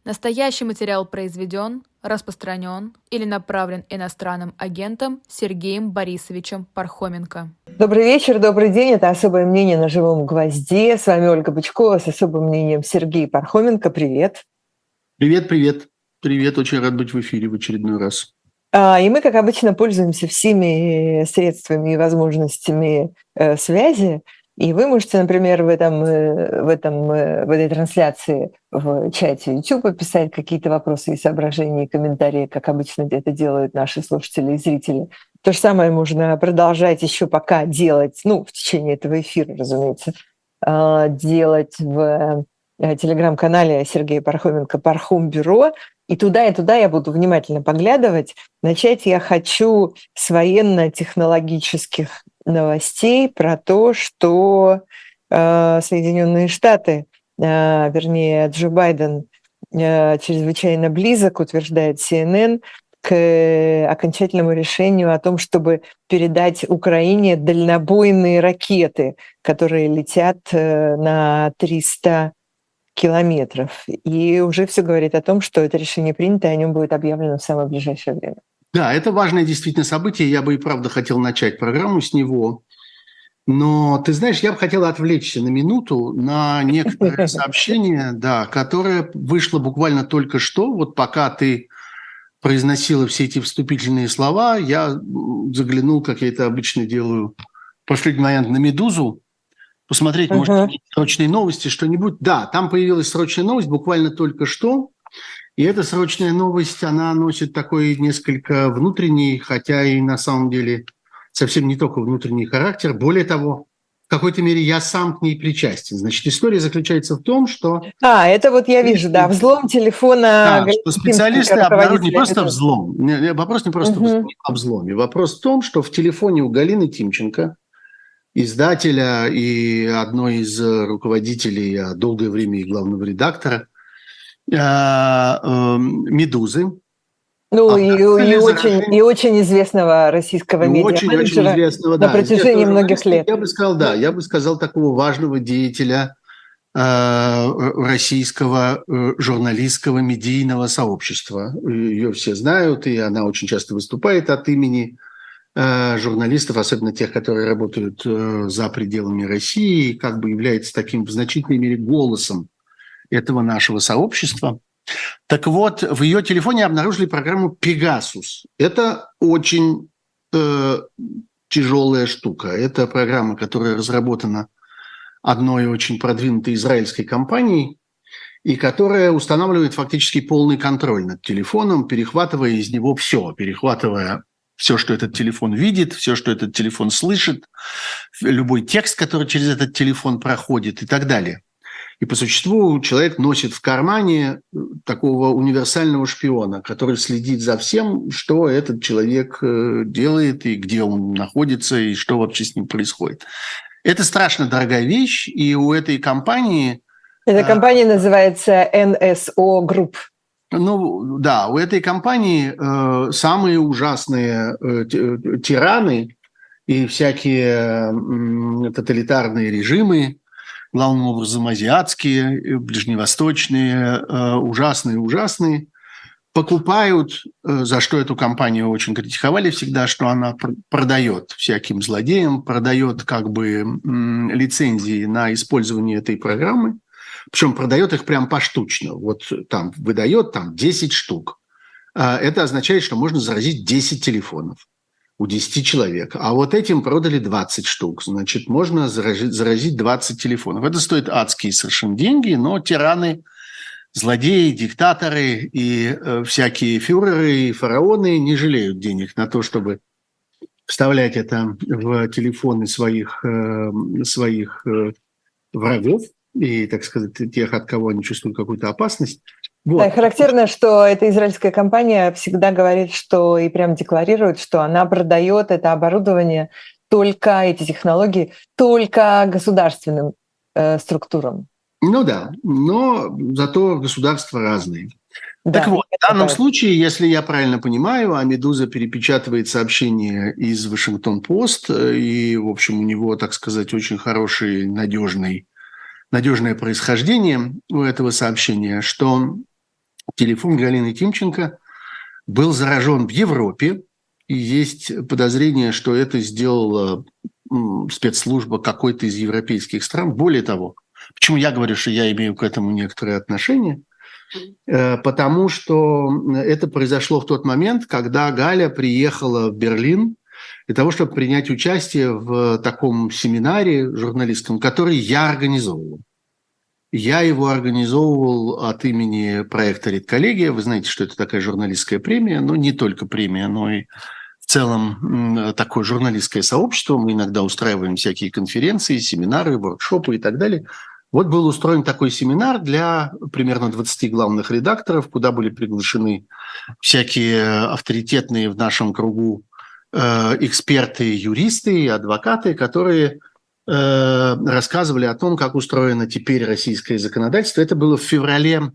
Настоящий материал произведен, распространен или направлен иностранным агентом Сергеем Борисовичем Пархоменко. Добрый вечер, добрый день. Это «Особое мнение» на «Живом гвозде». С вами Ольга Бычкова с особым мнением Сергей Пархоменко. Привет. Привет, привет. Привет, очень рад быть в эфире в очередной раз. И мы, как обычно, пользуемся всеми средствами и возможностями связи. И вы можете, например, в этой трансляции в чате YouTube писать какие-то вопросы и соображения, и комментарии, как обычно это делают наши слушатели и зрители. То же самое можно продолжать еще пока делать, в течение этого эфира, разумеется, делать в телеграм-канале Сергея Пархоменко «Пархом-бюро». И туда я буду внимательно поглядывать. Начать я хочу с военно-технологических новостей про то, что Соединенные Штаты, вернее, Джо Байден чрезвычайно близок, утверждает CNN, к окончательному решению о том, чтобы передать Украине дальнобойные ракеты, которые летят на 300 километров. И уже все говорит о том, что это решение принято, и о нем будет объявлено в самое ближайшее время. Да, это важное действительно событие. Я бы и правда хотел начать программу с него. Но, ты знаешь, я бы хотел отвлечься на минуту на некоторое сообщение, которое вышло буквально только что. Вот пока ты произносила все эти вступительные слова, я заглянул, как я это обычно делаю, в последний момент на «Медузу», посмотреть, может, срочные новости, что-нибудь. Да, там появилась срочная новость буквально только что. И эта срочная новость, она носит такой несколько внутренний, хотя и на самом деле совсем не только внутренний характер. Более того, в какой-то мере я сам к ней причастен. Значит, история заключается в том, что... это вот я вижу, взлом телефона... Да, что специалисты обнаружили не просто взлом. Вопрос не просто о взломе. Вопрос в том, что в телефоне у Галины Тимченко, издателя и одной из руководителей, долгое время и главного редактора «Медузы». И очень известного российского медиа-менеджера очень известного, на протяжении многих лет. Я бы сказал, такого важного деятеля российского журналистского медийного сообщества. Ее все знают, и она очень часто выступает от имени журналистов, особенно тех, которые работают за пределами России, как бы является таким в значительной мере голосом этого нашего сообщества. Так вот, в ее телефоне обнаружили программу «Пегасус». Это очень тяжелая штука. Это программа, которая разработана одной очень продвинутой израильской компанией и которая устанавливает фактически полный контроль над телефоном, перехватывая из него все, все, что этот телефон видит, все, что этот телефон слышит, любой текст, который через этот телефон проходит и так далее. И по существу человек носит в кармане такого универсального шпиона, который следит за всем, что этот человек делает, и где он находится, и что вообще с ним происходит. Это страшно дорогая вещь, и у этой компании... Эта компания называется NSO Group. У этой компании самые ужасные тираны и всякие тоталитарные режимы, главным образом азиатские, ближневосточные, ужасные, покупают, за что эту компанию очень критиковали всегда, что она продает всяким злодеям, продает лицензии на использование этой программы. Причем продает их прям поштучно. Вот там выдает 10 штук. Это означает, что можно заразить 10 телефонов у 10 человек. А вот этим продали 20 штук. Значит, можно заразить 20 телефонов. Это стоит адские совершенно деньги, но тираны, злодеи, диктаторы и всякие фюреры и фараоны не жалеют денег на то, чтобы вставлять это в телефоны своих врагов и, так сказать, тех, от кого они чувствуют какую-то опасность. Вот. Да, характерно, что эта израильская компания всегда говорит, что и прям декларирует, что она продает это оборудование эти технологии только государственным структурам. Но зато государства разные. Да, так вот, в данном случае, если я правильно понимаю, «Медуза» перепечатывает сообщение из «Вашингтон-Пост», и, в общем, у него, так сказать, очень хорошее, надежное происхождение у этого сообщения, что телефон Галины Тимченко был заражен в Европе, и есть подозрение, что это сделала спецслужба какой-то из европейских стран. Более того, почему я говорю, что я имею к этому некоторое отношение? Потому что это произошло в тот момент, когда Галя приехала в Берлин для того, чтобы принять участие в таком семинаре журналистском, который я организовывал. Я его организовывал от имени проекта «Редколлегия». Вы знаете, что это такая журналистская премия, но не только премия, но и в целом такое журналистское сообщество. Мы иногда устраиваем всякие конференции, семинары, воркшопы и так далее. Вот был устроен такой семинар для примерно 20 главных редакторов, куда были приглашены всякие авторитетные в нашем кругу эксперты, юристы и адвокаты, которые рассказывали о том, как устроено теперь российское законодательство. Это было в феврале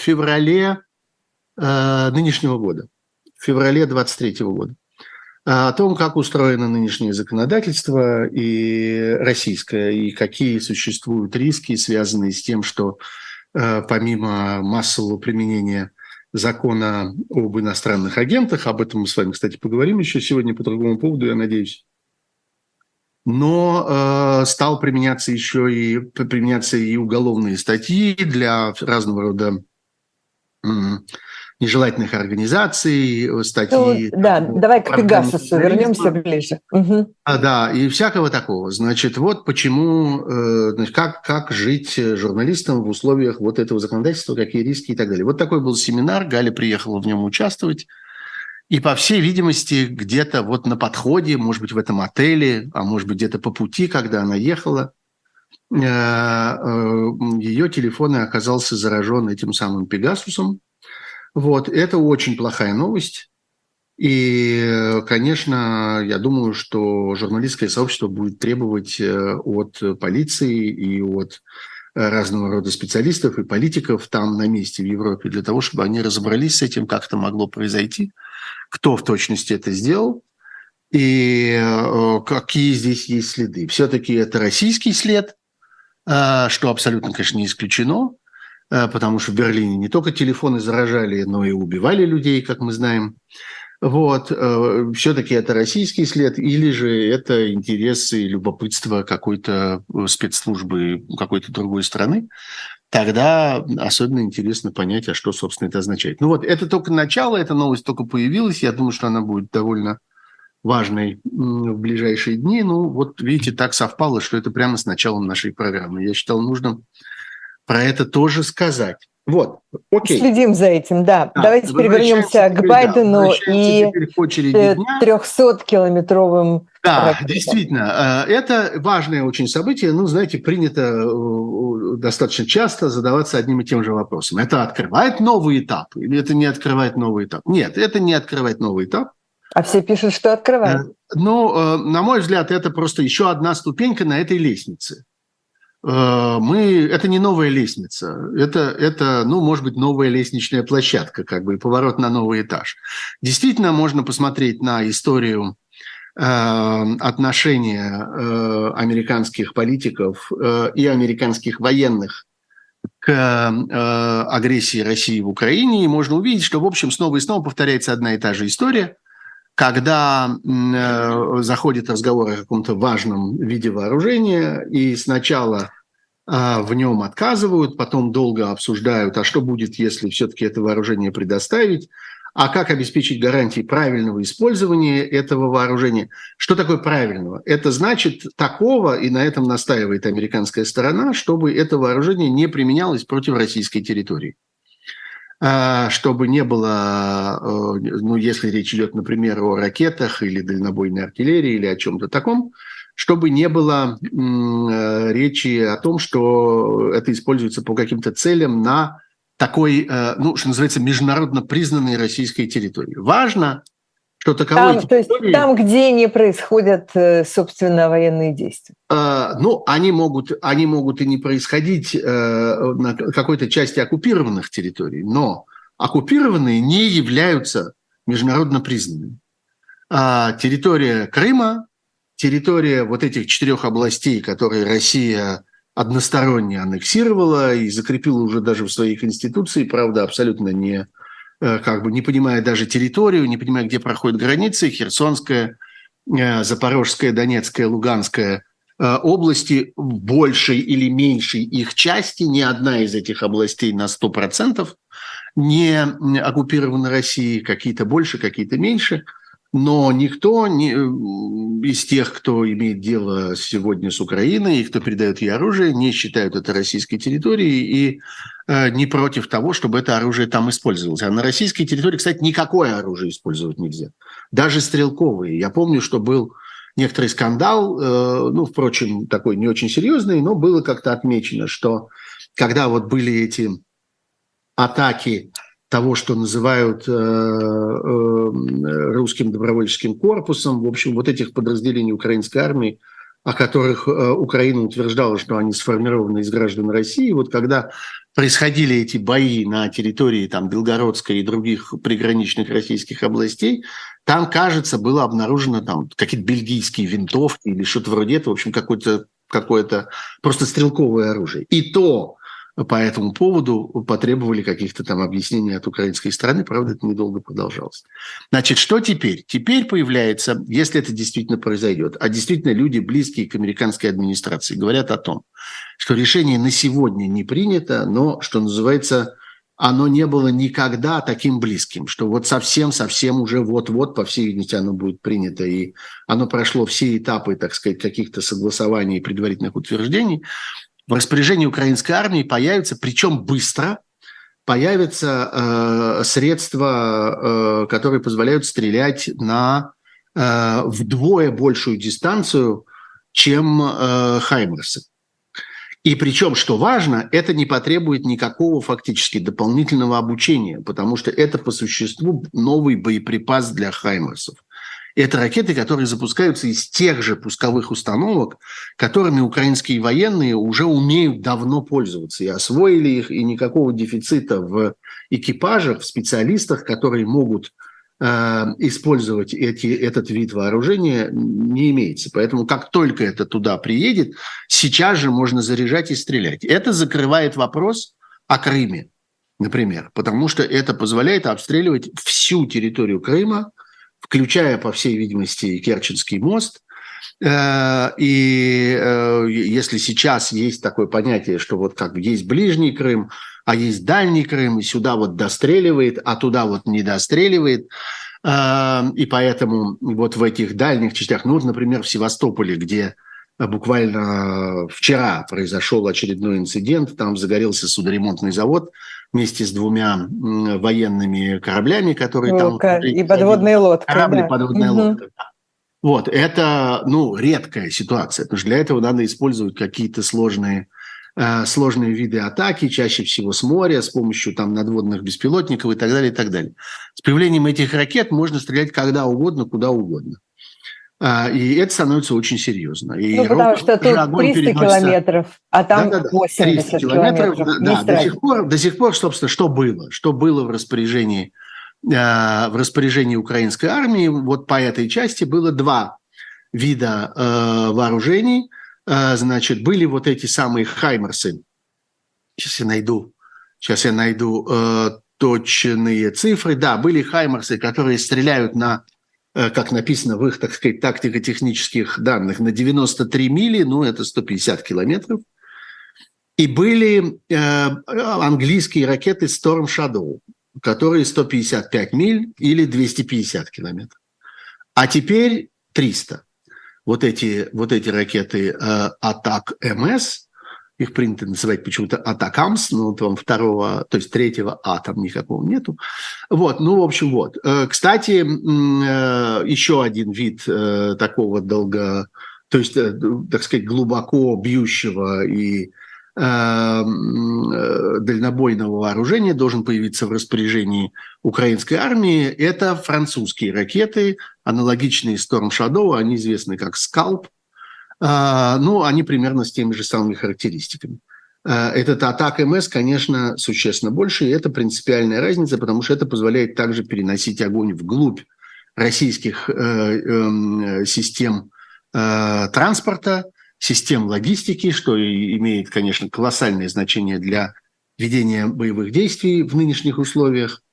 нынешнего года, в феврале 23 года. О том, как устроено нынешнее законодательство и российское, и какие существуют риски, связанные с тем, что помимо массового применения закона об иностранных агентах, об этом мы с вами, кстати, поговорим еще сегодня по другому поводу, я надеюсь, но стал применяться и уголовные статьи для разного рода нежелательных организаций, статьи... Ну, да, давай к Пегасусу вернемся ближе. Угу. Да, и всякого такого. Значит, вот почему, как жить журналистам в условиях вот этого законодательства, какие риски и так далее. Вот такой был семинар, Галя приехала в нем участвовать. И, по всей видимости, где-то вот на подходе, может быть, в этом отеле, а может быть, где-то по пути, когда она ехала, ее телефон оказался заражен этим самым Пегасусом. Вот, это очень плохая новость. И, конечно, я думаю, что журналистское сообщество будет требовать от полиции и от разного рода специалистов и политиков там на месте в Европе для того, чтобы они разобрались с этим, как это могло произойти, кто в точности это сделал и какие здесь есть следы. Все-таки это российский след, что абсолютно, конечно, не исключено, потому что в Берлине не только телефоны заражали, но и убивали людей, как мы знаем. Вот. Все-таки это российский след, или же это интересы и любопытство какой-то спецслужбы какой-то другой страны. Тогда особенно интересно понять, а что, собственно, это означает. Ну вот, это только начало, эта новость только появилась. Я думаю, что она будет довольно важной в ближайшие дни. Ну вот, видите, так совпало, что это прямо с началом нашей программы. Я считал нужным про это тоже сказать. Вот, окей. Следим за этим, да. Давайте теперь вернемся к Байдену и 300-километровым... Да, ракетам. Действительно, это важное очень событие. Ну, знаете, принято достаточно часто задаваться одним и тем же вопросом. Это открывает новый этап или это не открывает новый этап? Нет, это не открывает новый этап. А все пишут, что открывает. Ну, на мой взгляд, это просто еще одна ступенька на этой лестнице. Это не новая лестница, это, ну, может быть, новая лестничная площадка, как бы, поворот на новый этаж. Действительно, можно посмотреть на историю отношения американских политиков и американских военных к агрессии России в Украине, и можно увидеть, что, в общем, снова и снова повторяется одна и та же история. Когда заходит разговор о каком-то важном виде вооружения, и сначала в нем отказывают, потом долго обсуждают, а что будет, если все-таки это вооружение предоставить, а как обеспечить гарантии правильного использования этого вооружения. Что такое правильного? Это значит такого, и на этом настаивает американская сторона, чтобы это вооружение не применялось против российской территории. Чтобы не было, ну, если речь идет, например, о ракетах или дальнобойной артиллерии или о чем-то таком, чтобы не было речи о том, что это используется по каким-то целям на такой, ну, что называется, международно признанной российской территории. Важно, что таковой то есть там, где не происходят, собственно, военные действия. Ну, они могут и не происходить на какой-то части оккупированных территорий, но оккупированные не являются международно признанными. Территория Крыма, территория вот этих 4 областей, которые Россия односторонне аннексировала и закрепила уже даже в своей конституции, правда, абсолютно не понимая даже территорию, не понимая, где проходят границы, Херсонская, Запорожская, Донецкая, Луганская области, в большей или меньшей их части, ни одна из этих областей на 100% не оккупирована Россией, какие-то больше, какие-то меньше, но никто из тех, кто имеет дело сегодня с Украиной и кто передает ей оружие, не считают это российской территорией и не против того, чтобы это оружие там использовалось. А на российской территории, кстати, никакое оружие использовать нельзя, даже стрелковые. Я помню, что был некоторый скандал, впрочем, такой не очень серьезный, но было как-то отмечено, что когда вот были эти атаки того, что называют русским добровольческим корпусом, в общем, вот этих подразделений украинской армии, о которых Украина утверждала, что они сформированы из граждан России, вот когда происходили эти бои на территории там, Белгородской и других приграничных российских областей, там, кажется, было обнаружено там, какие-то бельгийские винтовки или что-то вроде этого, в общем, какое-то просто стрелковое оружие. И то по этому поводу потребовали каких-то там объяснений от украинской стороны, правда, это недолго продолжалось. Значит, что теперь? Теперь появляется, если это действительно произойдет, а действительно люди, близкие к американской администрации, говорят о том, что решение на сегодня не принято, но, что называется, оно не было никогда таким близким, что вот совсем уже вот-вот, по всей видимости, оно будет принято, и оно прошло все этапы, так сказать, каких-то согласований и предварительных утверждений. В распоряжении украинской армии появится, причем быстро, появятся средства, которые позволяют стрелять на вдвое большую дистанцию, чем «Хаймерсы». И причем, что важно, это не потребует никакого фактически дополнительного обучения, потому что это по существу новый боеприпас для «Хаймерсов». Это ракеты, которые запускаются из тех же пусковых установок, которыми украинские военные уже умеют давно пользоваться и освоили их, и никакого дефицита в экипажах, в специалистах, которые могут использовать этот вид вооружения, не имеется. Поэтому как только это туда приедет, сейчас же можно заряжать и стрелять. Это закрывает вопрос о Крыме, например, потому что это позволяет обстреливать всю территорию Крыма, включая, по всей видимости, Керченский мост. И если сейчас есть такое понятие, что вот как бы есть ближний Крым, а есть дальний Крым, и сюда вот достреливает, а туда вот не достреливает, и поэтому вот в этих дальних частях, ну вот, например, в Севастополе, где буквально вчера произошел очередной инцидент, там загорелся судоремонтный завод вместе с 2 военными кораблями, которые Лодка там... И подводная лодка. Корабль да. и подводная лодка. Вот, это, редкая ситуация, потому что для этого надо использовать какие-то сложные виды атаки, чаще всего с моря, с помощью там надводных беспилотников и так далее, и так далее. С появлением этих ракет можно стрелять когда угодно, куда угодно. И это становится очень серьезно. И потому что тут 300 километров, а там 80 километров. Да, до сих пор, собственно, что было? Что было в распоряжении украинской армии? Вот по этой части было 2 вида вооружений. Значит, были вот эти самые «Хаймерсы». Сейчас я найду точные цифры. Да, были «Хаймерсы», которые стреляют на, как написано в их, так сказать, тактико-технических данных, на 93 мили, это 150 километров. И были английские ракеты Storm Shadow, которые 155 миль или 250 километров. А теперь 300. Вот эти ракеты Атак-МС, их принято называть почему-то Атакамс, там второго, то есть третьего А там никакого нету. Вот, в общем, вот. Кстати, еще один вид такого то есть, так сказать, глубоко бьющего и дальнобойного вооружения должен появиться в распоряжении украинской армии. Это французские ракеты, аналогичные Storm Shadow, они известны как Scalp. Они примерно с теми же самыми характеристиками. Этот Атак-МС, конечно, существенно больше, и это принципиальная разница, потому что это позволяет также переносить огонь вглубь российских систем транспорта, систем логистики, что имеет, конечно, колоссальное значение для ведения боевых действий в нынешних условиях,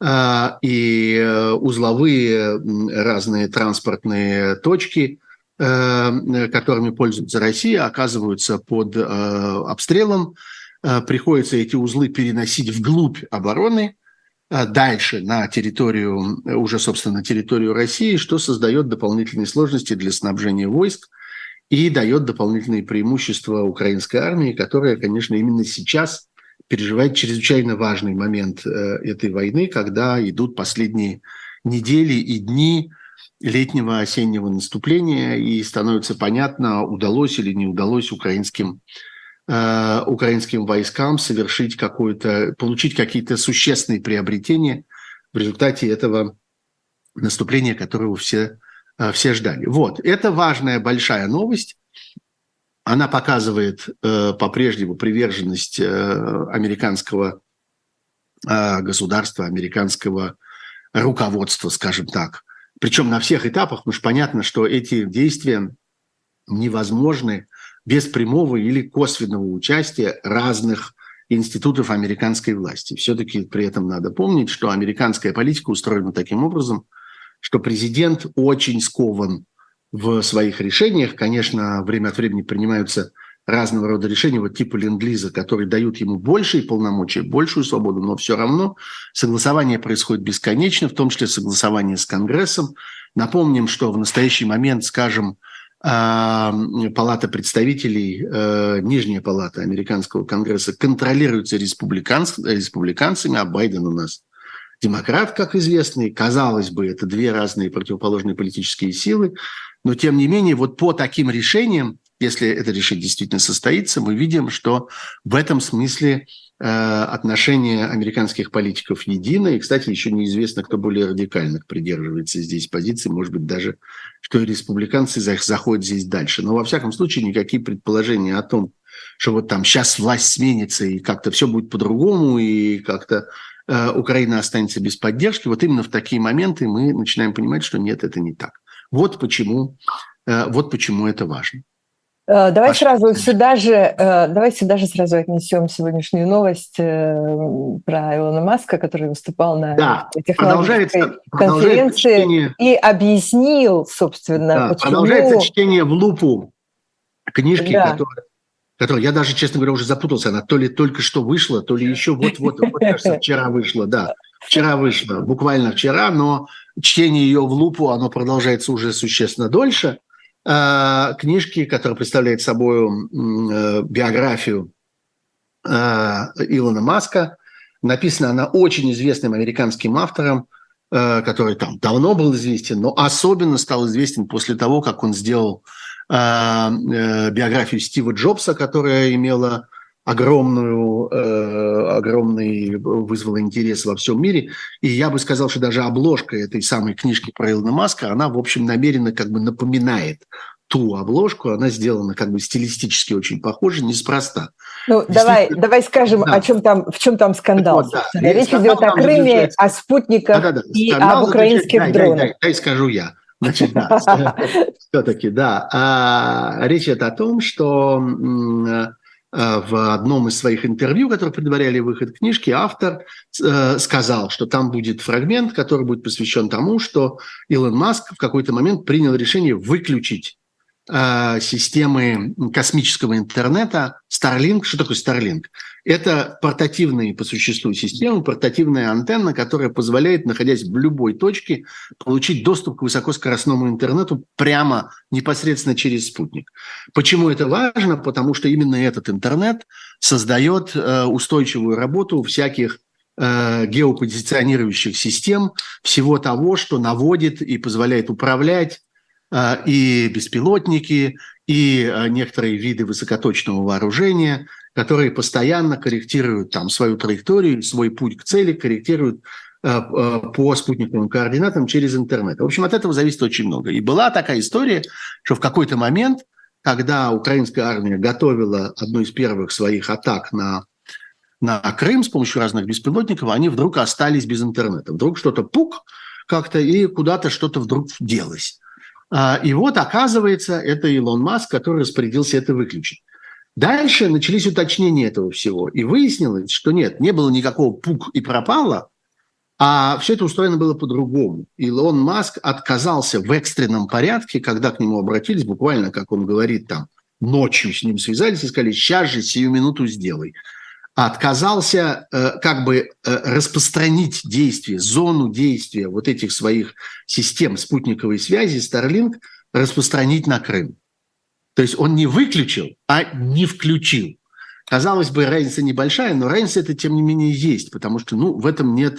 и узловые разные транспортные точки, которыми пользуется Россия, оказываются под обстрелом. Приходится эти узлы переносить вглубь обороны, дальше на территорию, уже, собственно, на территорию России, что создает дополнительные сложности для снабжения войск и дает дополнительные преимущества украинской армии, которая, конечно, именно сейчас переживает чрезвычайно важный момент этой войны, когда идут последние недели и дни летнего осеннего наступления, и становится понятно, удалось или не удалось украинским войскам получить какие-то существенные приобретения в результате этого наступления, которого все ждали. Вот, это важная большая новость. Она показывает по-прежнему приверженность американского государства, американского руководства, скажем так. Причем на всех этапах, потому что понятно, что эти действия невозможны без прямого или косвенного участия разных институтов американской власти. Все-таки при этом надо помнить, что американская политика устроена таким образом, что президент очень скован в своих решениях. Конечно, время от времени принимаются разного рода решения, вот типа ленд-лиза, которые дают ему большие полномочия, большую свободу, но все равно согласование происходит бесконечно, в том числе согласование с Конгрессом. Напомним, что в настоящий момент, скажем, Палата представителей, Нижняя палата американского Конгресса контролируется республиканцами, а Байден у нас демократ, как известно. И, казалось бы, это две разные противоположные политические силы. Но, тем не менее, вот по таким решениям, если это решение действительно состоится, мы видим, что в этом смысле отношения американских политиков едины. И, кстати, еще неизвестно, кто более радикальных придерживается здесь позиций. Может быть, даже, что и республиканцы заходят здесь дальше. Но, во всяком случае, никакие предположения о том, что вот там сейчас власть сменится и как-то все будет по-другому, и как-то Украина останется без поддержки, вот именно в такие моменты мы начинаем понимать, что нет, это не так. Вот почему это важно. Давай сюда же сразу отнесем сегодняшнюю новость про Илона Маска, который выступал на технологической конференции и объяснил, собственно, почему... Продолжается чтение в лупу книжки, которая, я даже, честно говоря, уже запутался, она то ли только что вышла, то ли еще вот кажется, вчера вышла, вчера вышла, буквально вчера, но чтение ее в лупу, оно продолжается уже существенно дольше. Книжки, которая представляет собой биографию Илона Маска. Написана она очень известным американским автором, который там давно был известен, но особенно стал известен после того, как он сделал биографию Стива Джобса, которая имела вызвала интерес во всем мире. И я бы сказал, что даже обложка этой самой книжки про Илона Маска, она, в общем, намеренно как бы напоминает ту обложку. Она сделана как бы стилистически очень похоже, неспроста. Ну, давай скажем, в чем там скандал. Речь идет о Крыме, о спутниках и об украинских дронах. Дай скажу я. Значит, все-таки, речь идет о том, что в одном из своих интервью, которые предваряли выход книжки, автор сказал, что там будет фрагмент, который будет посвящен тому, что Илон Маск в какой-то момент принял решение выключить системы космического интернета Starlink. Что такое Starlink? Это портативные по существу системы, портативная антенна, которая позволяет, находясь в любой точке, получить доступ к высокоскоростному интернету прямо непосредственно через спутник. Почему это важно? Потому что именно этот интернет создает устойчивую работу всяких геопозиционирующих систем, всего того, что наводит и позволяет управлять и беспилотники, и некоторые виды высокоточного вооружения, которые постоянно корректируют там свою траекторию, свой путь к цели, корректируют по спутниковым координатам через интернет. В общем, от этого зависит очень много. И была такая история, что в какой-то момент, когда украинская армия готовила одну из первых своих атак на Крым с помощью разных беспилотников, они вдруг остались без интернета. Вдруг что-то как-то, и куда-то что-то вдруг делось. И вот, оказывается, это Илон Маск, который распорядился это выключить. Дальше начались уточнения этого всего. И выяснилось, что нет, не было никакого пук и пропало, а все это устроено было по-другому. Илон Маск отказался в экстренном порядке, когда к нему обратились, буквально, как он говорит, там, ночью с ним связались и сказали: сейчас же, сию минуту сделай. Отказался распространить действие, зону действия вот этих своих систем спутниковой связи Starlink распространить на Крым. То есть он не выключил, а не включил. Казалось бы, разница небольшая, но разница это, тем не менее, есть, потому что в этом нет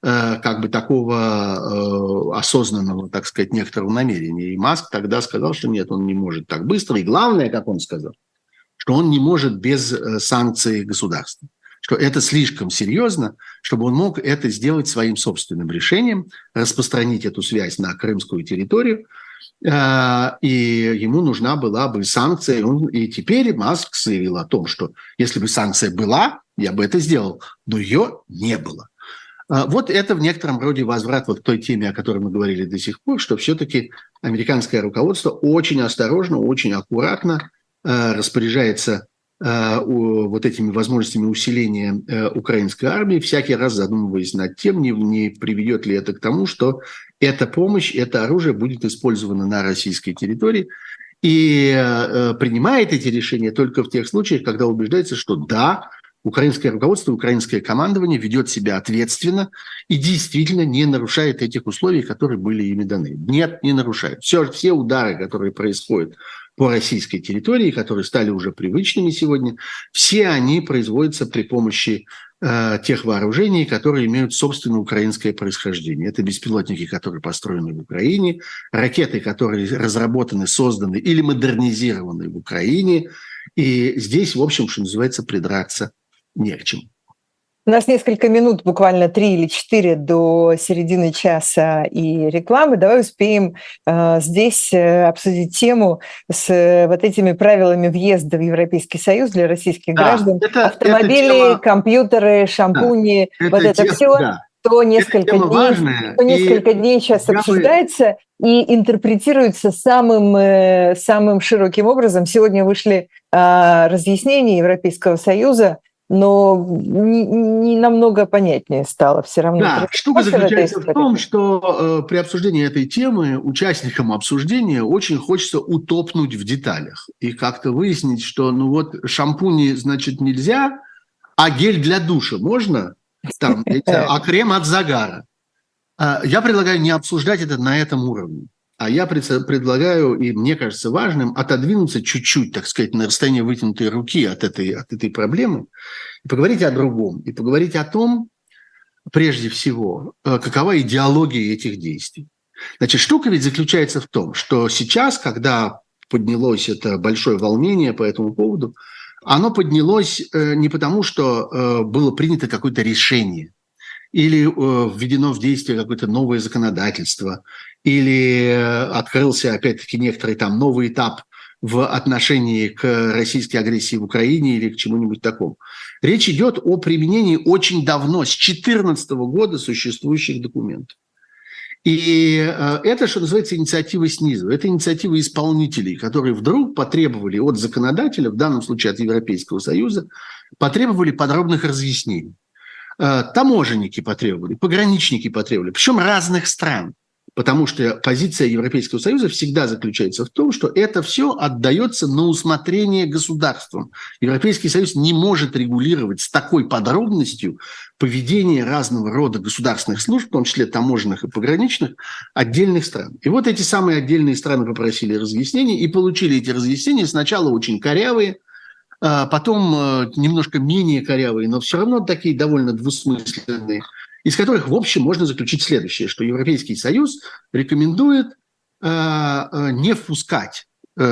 такого осознанного, так сказать, некоторого намерения. И Маск тогда сказал, что нет, он не может так быстро. И главное, как он сказал, что он не может без санкций государства, что это слишком серьезно, чтобы он мог это сделать своим собственным решением, распространить эту связь на крымскую территорию, и ему нужна была бы санкция. И теперь Маск заявил о том, что если бы санкция была, я бы это сделал, но ее не было. Вот это в некотором роде возврат вот к той теме, о которой мы говорили до сих пор, что все-таки американское руководство очень осторожно, очень аккуратно распоряжается вот этими возможностями усиления украинской армии, всякий раз задумываясь над тем, не приведет ли это к тому, что эта помощь, это оружие будет использовано на российской территории, и принимает эти решения только в тех случаях, когда убеждается, что да, украинское руководство, украинское командование ведет себя ответственно и действительно не нарушает этих условий, которые были ими даны. Нет, не нарушает. Все удары, которые происходят по российской территории, которые стали уже привычными сегодня, все они производятся при помощи тех вооружений, которые имеют собственно украинское происхождение. Это беспилотники, которые построены в Украине, ракеты, которые разработаны, созданы или модернизированы в Украине. И здесь, в общем, что называется, придраться не к чему. У нас несколько минут, буквально 3 или 4 до середины часа и рекламы. Давай успеем здесь обсудить тему с вот этими правилами въезда в Европейский Союз для российских граждан. Автомобили, компьютеры, шампуни, это все, то несколько дней сейчас обсуждается и интерпретируется самым широким образом. Сегодня вышли разъяснения Европейского Союза, но не намного понятнее стало все равно. Да, штука заключается в том, что при обсуждении этой темы участникам обсуждения очень хочется утопнуть в деталях и как-то выяснить, что шампуни, значит, нельзя, а гель для душа можно, а крем от загара. Я предлагаю не обсуждать это на этом уровне. А я предлагаю, и мне кажется важным, отодвинуться чуть-чуть, так сказать, на расстояние вытянутой руки от этой проблемы и поговорить о другом. И поговорить о том, прежде всего, какова идеология этих действий. Значит, штука ведь заключается в том, что сейчас, когда поднялось это большое волнение по этому поводу, оно поднялось не потому, что было принято какое-то решение, или введено в действие какое-то новое законодательство, или открылся, опять-таки, некоторый там новый этап в отношении к российской агрессии в Украине или к чему-нибудь такому. Речь идет о применении очень давно, с 2014 года существующих документов. И это, что называется, инициатива снизу. Это инициатива исполнителей, которые вдруг потребовали от законодателя, в данном случае от Европейского Союза, потребовали подробных разъяснений. Таможенники потребовали, пограничники потребовали, причем разных стран. Потому что позиция Европейского Союза всегда заключается в том, что это все отдается на усмотрение государствам. Европейский Союз не может регулировать с такой подробностью поведение разного рода государственных служб, в том числе таможенных и пограничных, отдельных стран. И вот эти самые отдельные страны попросили разъяснений и получили эти разъяснения сначала очень корявые, потом немножко менее корявые, но все равно такие довольно двусмысленные, из которых, в общем, можно заключить следующее, что Европейский Союз рекомендует не впускать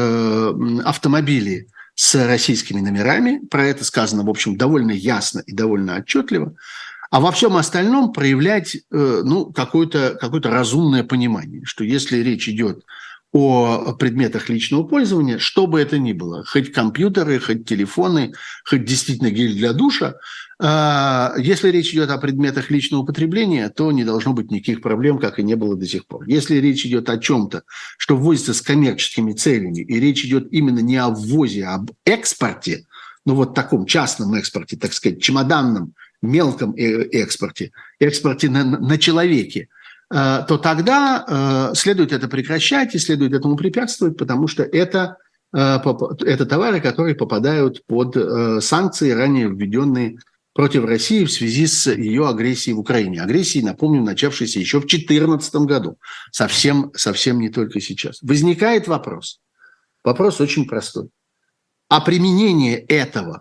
автомобили с российскими номерами, про это сказано, в общем, довольно ясно и довольно отчетливо, а во всем остальном проявлять какое-то разумное понимание, что если речь идет о предметах личного пользования, что бы это ни было, хоть компьютеры, хоть телефоны, хоть действительно гель для душа, Если речь идет о предметах личного потребления, то не должно быть никаких проблем, как и не было до сих пор. Если речь идет о чем-то, что ввозится с коммерческими целями, и речь идет именно не о ввозе, а об экспорте, ну вот таком частном экспорте, так сказать, чемоданном, мелком экспорте на человеке, то тогда следует это прекращать и следует этому препятствовать, потому что это товары, которые попадают под санкции, ранее введенные против России в связи с ее агрессией в Украине. Агрессией, напомню, начавшейся еще в 2014 году. Совсем не только сейчас. Возникает вопрос. Вопрос очень простой. А применение этого,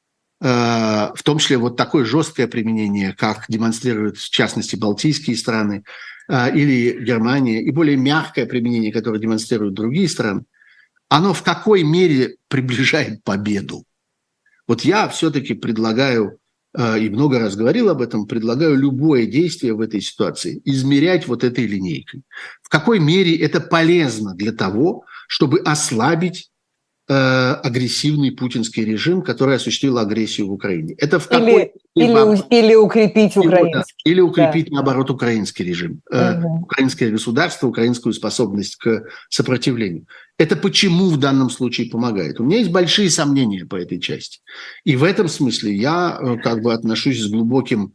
в том числе вот такое жесткое применение, как демонстрируют в частности балтийские страны или Германия, и более мягкое применение, которое демонстрируют другие страны, оно в какой мере приближает победу? Вот я все-таки предлагаю, и много раз говорил об этом, предлагаю любое действие в этой ситуации измерять вот этой линейкой. В какой мере это полезно для того, чтобы ослабить агрессивный путинский режим, который осуществил агрессию в Украине. Это в какой... Или укрепить украинский. Или укрепить, наоборот, украинский режим, украинское государство, украинскую способность к сопротивлению. Это почему в данном случае помогает? У меня есть большие сомнения по этой части. И в этом смысле я как бы отношусь с глубоким,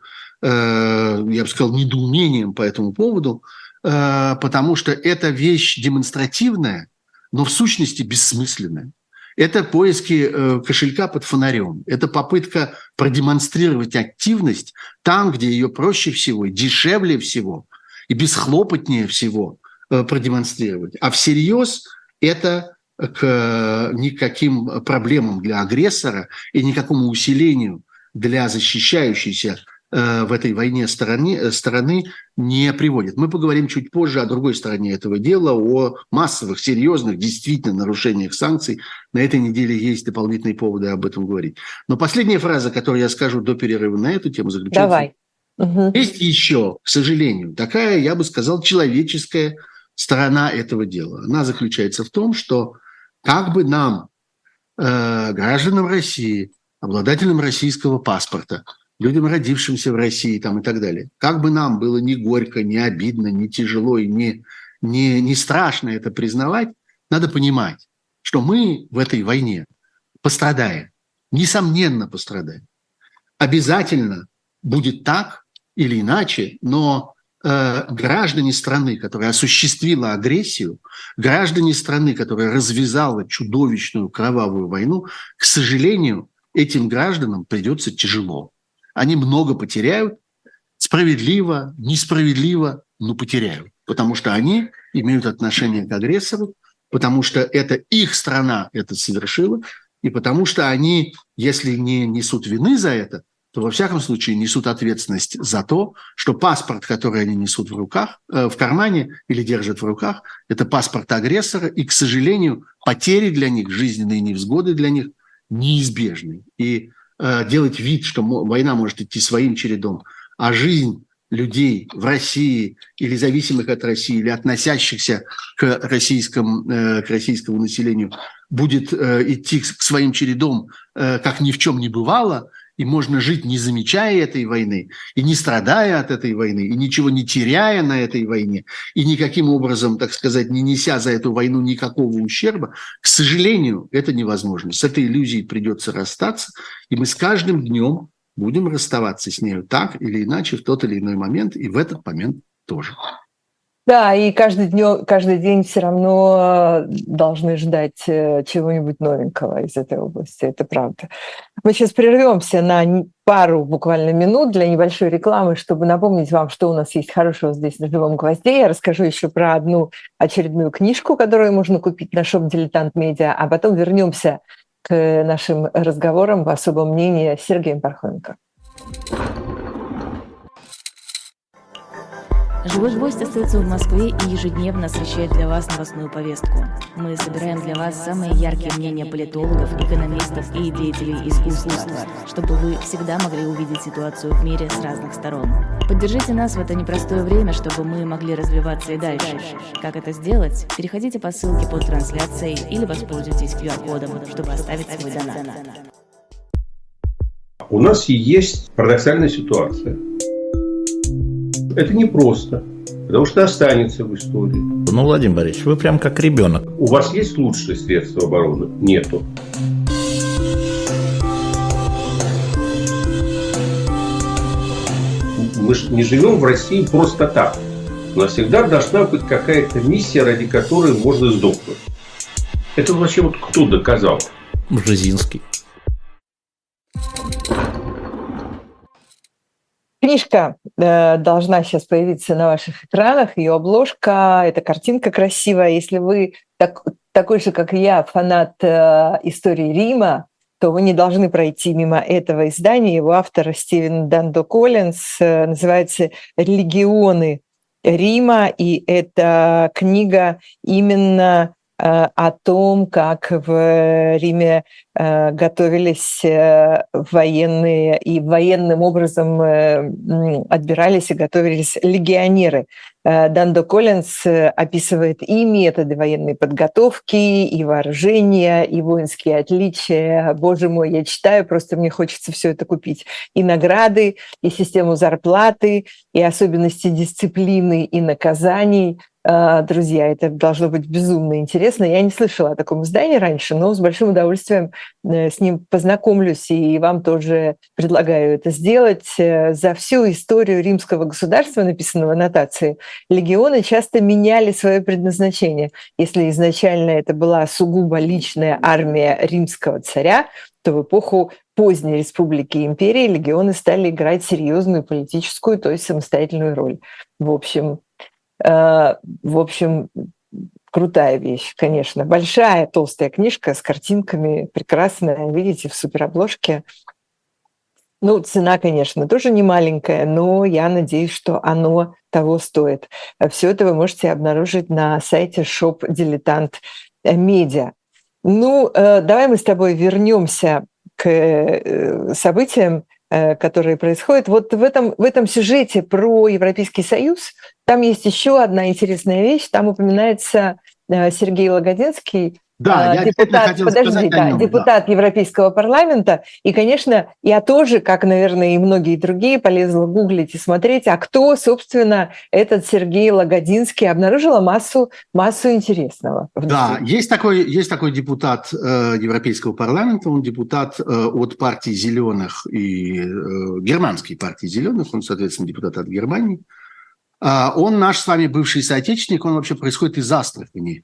я бы сказал, недоумением по этому поводу, потому что это вещь демонстративная, но в сущности бессмысленная. Это поиски кошелька под фонарем. Это попытка продемонстрировать активность там, где ее проще всего, дешевле всего и бесхлопотнее всего продемонстрировать. А всерьез это к никаким проблемам для агрессора и никакому усилению для защищающейся в этой войне стороны не приводит. Мы поговорим чуть позже о другой стороне этого дела, о массовых, серьезных, действительно нарушениях санкций. На этой неделе есть дополнительные поводы об этом говорить. Но последняя фраза, которую я скажу до перерыва на эту тему, заключается... Есть еще, к сожалению, такая, я бы сказал, человеческая сторона этого дела. Она заключается в том, что как бы нам, гражданам России, обладателям российского паспорта, людям, родившимся в России там, и так далее. Как бы нам было не горько, не обидно, не тяжело и не страшно это признавать, надо понимать, что мы в этой войне пострадаем. Несомненно пострадаем. Обязательно будет так или иначе, но граждане страны, которая осуществила агрессию, граждане страны, которая развязала чудовищную кровавую войну, к сожалению, этим гражданам придется тяжело. Они много потеряют, справедливо, несправедливо, но потеряют. Потому что они имеют отношение к агрессору, потому что это их страна это совершила, и потому что они, если не несут вины за это, то во всяком случае несут ответственность за то, что паспорт, который они несут в руках, в кармане или держат в руках, это паспорт агрессора, и, к сожалению, потери для них, жизненные невзгоды для них неизбежны. И делать вид, что война может идти своим чередом, а жизнь людей в России или зависимых от России, или относящихся к российскому населению будет идти к своим чередом, как ни в чем не бывало, и можно жить, не замечая этой войны, и не страдая от этой войны, и ничего не теряя на этой войне, и никаким образом, так сказать, не неся за эту войну никакого ущерба, к сожалению, это невозможно. С этой иллюзией придется расстаться, и мы с каждым днем будем расставаться с нею так или иначе в тот или иной момент, и в этот момент тоже. Да, и каждый день все равно должны ждать чего-нибудь новенького из этой области, это правда. Мы сейчас прервемся на пару буквально минут для небольшой рекламы, чтобы напомнить вам, что у нас есть хорошего здесь на «Живом гвозде». Я расскажу еще про одну очередную книжку, которую можно купить на шоп «Дилетант Медиа», а потом вернемся к нашим разговорам в особом мнении с Сергеем Пархоменко. «Живой гвоздь» остается в Москве и ежедневно освещает для вас новостную повестку. Мы собираем для вас самые яркие мнения политологов, экономистов и деятелей искусства, чтобы вы всегда могли увидеть ситуацию в мире с разных сторон. Поддержите нас в это непростое время, чтобы мы могли развиваться и дальше. Как это сделать? Переходите по ссылке под трансляцией или воспользуйтесь QR-кодом, чтобы оставить свой донат. У нас и есть парадоксальная ситуация. Это непросто, потому что останется в истории. Ну, Владимир Борисович, вы прям как ребенок. У вас есть лучшие средства обороны? Нету. Мы же не живем в России просто так. У нас всегда должна быть какая-то миссия, ради которой можно сдохнуть. Это вообще вот кто доказал? Бжезинский. Книжка должна сейчас появиться на ваших экранах, ее обложка, эта картинка красивая. Если вы такой же, как и я, фанат истории Рима, то вы не должны пройти мимо этого издания. Его автор Стивен Дандо Коллинз, называется «Религионы Рима», и это книга именно о том, как в Риме готовились военные и военным образом отбирались и готовились легионеры. Дандо Коллинз описывает и методы военной подготовки, и вооружения, и воинские отличия. Боже мой, я читаю, просто мне хочется все это купить. И награды, и систему зарплаты, и особенности дисциплины и наказаний. Друзья, это должно быть безумно интересно. Я не слышала о таком издании раньше, но с большим удовольствием с ним познакомлюсь, и вам тоже предлагаю это сделать. За всю историю римского государства, написано в аннотации, легионы часто меняли свое предназначение. Если изначально это была сугубо личная армия римского царя, то в эпоху поздней республики и империи легионы стали играть серьезную политическую, то есть самостоятельную роль. В общем, крутая вещь, конечно. Большая толстая книжка с картинками, прекрасная, видите, в суперобложке. Ну, цена, конечно, тоже не маленькая, но я надеюсь, что оно того стоит. Все это вы можете обнаружить на сайте Shop Dilettant Media. Ну, давай мы с тобой вернемся к событиям, которые происходят. Вот в этом сюжете про Европейский Союз там есть еще одна интересная вещь. Там упоминается Сергей Лагодинский, депутат Европейского парламента. И, конечно, я тоже, как, наверное, и многие другие, полезла гуглить и смотреть, а кто, собственно, этот Сергей Лагодинский. Обнаружила массу интересного. Да, есть такой депутат Европейского парламента, он депутат от партии «Зеленых» и германской партии «Зеленых», он, соответственно, депутат от Германии. Он наш с вами бывший соотечественник, он вообще происходит из Астрахани.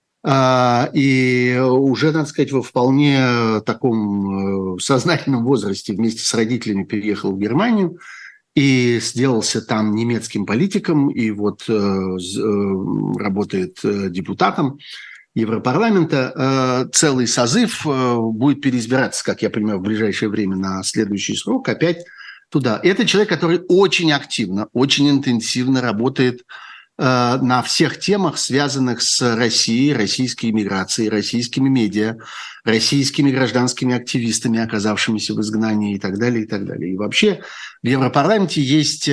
И уже, надо сказать, во вполне таком сознательном возрасте вместе с родителями переехал в Германию и сделался там немецким политиком, и вот работает депутатом Европарламента. Целый созыв будет переизбираться, как я понимаю, в ближайшее время на следующий срок опять туда. Это человек, который очень активно, очень интенсивно работает на всех темах, связанных с Россией, российской иммиграцией, российскими медиа, российскими гражданскими активистами, оказавшимися в изгнании и так далее, и так далее. И вообще в Европарламенте есть,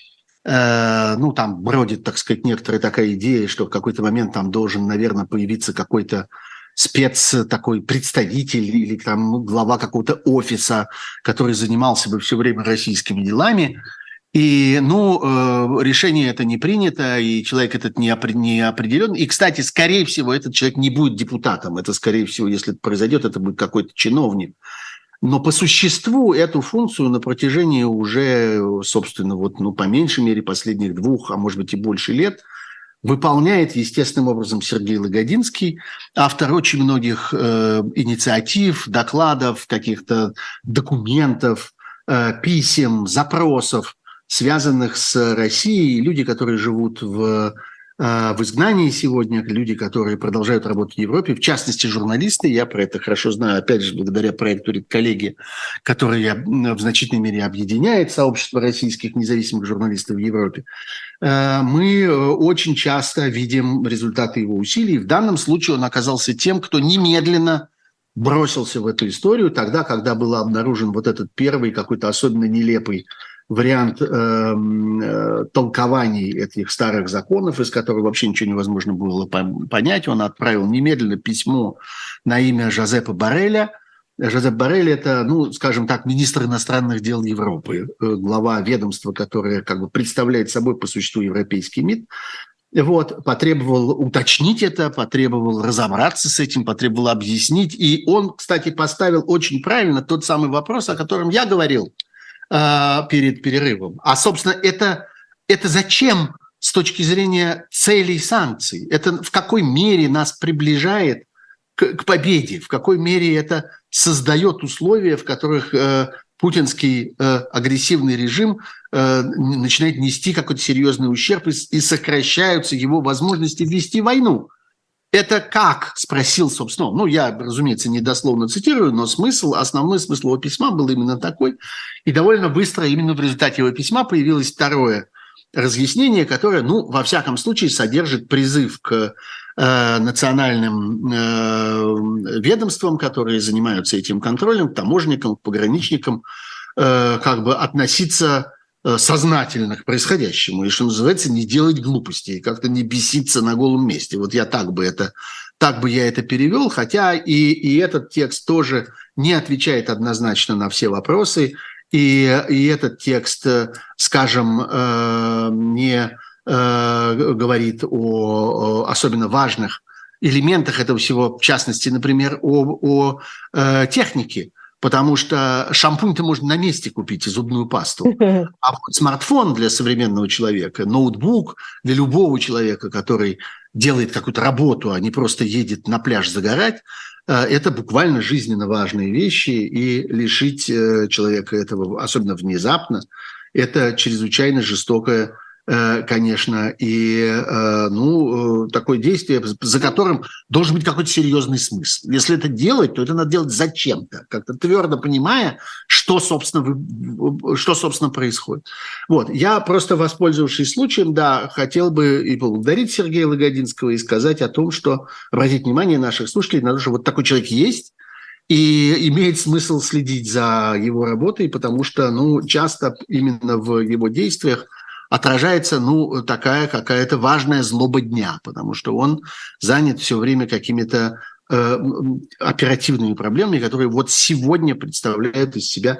там бродит, так сказать, некоторая такая идея, что в какой-то момент там должен, наверное, появиться какой-то такой представитель или там глава какого-то офиса, который занимался бы все время российскими делами. И, решение это не принято, и человек этот не определен. И, кстати, скорее всего, этот человек не будет депутатом. Это, скорее всего, если это произойдет, это будет какой-то чиновник. Но по существу эту функцию на протяжении уже, собственно, по меньшей мере последних 2, а может быть и больше лет выполняет естественным образом Сергей Лагодинский, автор очень многих инициатив, докладов, каких-то документов, писем, запросов, связанных с Россией, люди, которые живут в изгнании сегодня, люди, которые продолжают работать в Европе, в частности, журналисты, я про это хорошо знаю, опять же, благодаря проекту «Редколлегия», который в значительной мере объединяет сообщество российских независимых журналистов в Европе. Мы очень часто видим результаты его усилий. В данном случае он оказался тем, кто немедленно бросился в эту историю тогда, когда был обнаружен вот этот первый какой-то особенно нелепый вариант толкований этих старых законов, из которых вообще ничего невозможно было понять. Он отправил немедленно письмо на имя Жозепа Борреля, Жозеп Боррель – это, ну, скажем так, министр иностранных дел Европы, глава ведомства, которое как бы представляет собой по существу европейский МИД. Вот, потребовал уточнить это, потребовал разобраться с этим, потребовал объяснить. И он, кстати, поставил очень правильно тот самый вопрос, о котором я говорил перед перерывом. А, собственно, это зачем с точки зрения целей санкций? Это в какой мере нас приближает к победе? В какой мере это создает условия, в которых путинский агрессивный режим начинает нести какой-то серьезный ущерб и сокращаются его возможности вести войну? Это как? Спросил, собственно, ну, я, разумеется, недословно цитирую, но основной смысл его письма был именно такой. И довольно быстро именно в результате его письма появилось второе разъяснение, которое, ну, во всяком случае, содержит призыв к национальным ведомствам, которые занимаются этим контролем, к таможенникам, к пограничникам, как бы относиться сознательно к происходящему, и, что называется, не делать глупостей, как-то не беситься на голом месте. Вот я так бы я это перевел, хотя и этот текст тоже не отвечает однозначно на все вопросы, и этот текст, скажем, не говорит о особенно важных элементах этого всего, в частности, например, о технике, потому что шампунь-то можно на месте купить и зубную пасту, а вот смартфон для современного человека, ноутбук для любого человека, который делает какую-то работу, а не просто едет на пляж загорать, это буквально жизненно важные вещи, и лишить человека этого, особенно внезапно, это чрезвычайно жестокое, конечно, и такое действие, за которым должен быть какой-то серьезный смысл. Если это делать, то это надо делать зачем-то, как-то твердо понимая, что, собственно, происходит. Вот. Я просто, воспользовавшись случаем, хотел бы и поблагодарить Сергея Лагодинского и сказать о том, что обратить внимание наших слушателей на то, что вот такой человек есть, и имеет смысл следить за его работой, потому что, часто именно в его действиях отражается, такая какая-то важная злоба дня, потому что он занят все время какими-то оперативными проблемами, которые вот сегодня представляют из себя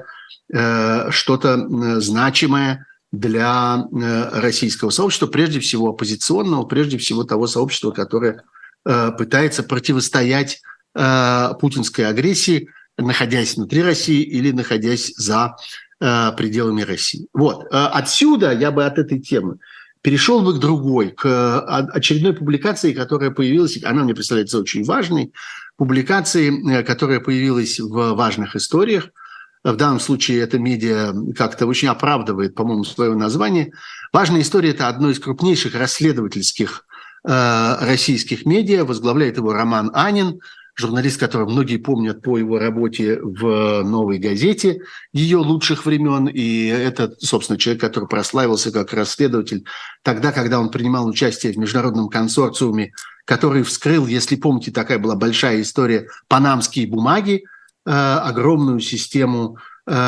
что-то значимое для российского сообщества, прежде всего оппозиционного, прежде всего того сообщества, которое пытается противостоять путинской агрессии, находясь внутри России или находясь за пределами России. Вот. Отсюда я бы от этой темы перешел бы к другой, к очередной публикации, которая появилась, она мне представляется очень важной, публикации, которая появилась в «Важных историях». В данном случае это медиа как-то очень оправдывает, по-моему, свое название. «Важная история» – это одно из крупнейших расследовательских российских медиа, возглавляет его Роман Анин, журналист, которого многие помнят по его работе в «Новой газете» ее лучших времен. И это, собственно, человек, который прославился как расследователь тогда, когда он принимал участие в международном консорциуме, который вскрыл, если помните, такая была большая история, панамские бумаги, огромную систему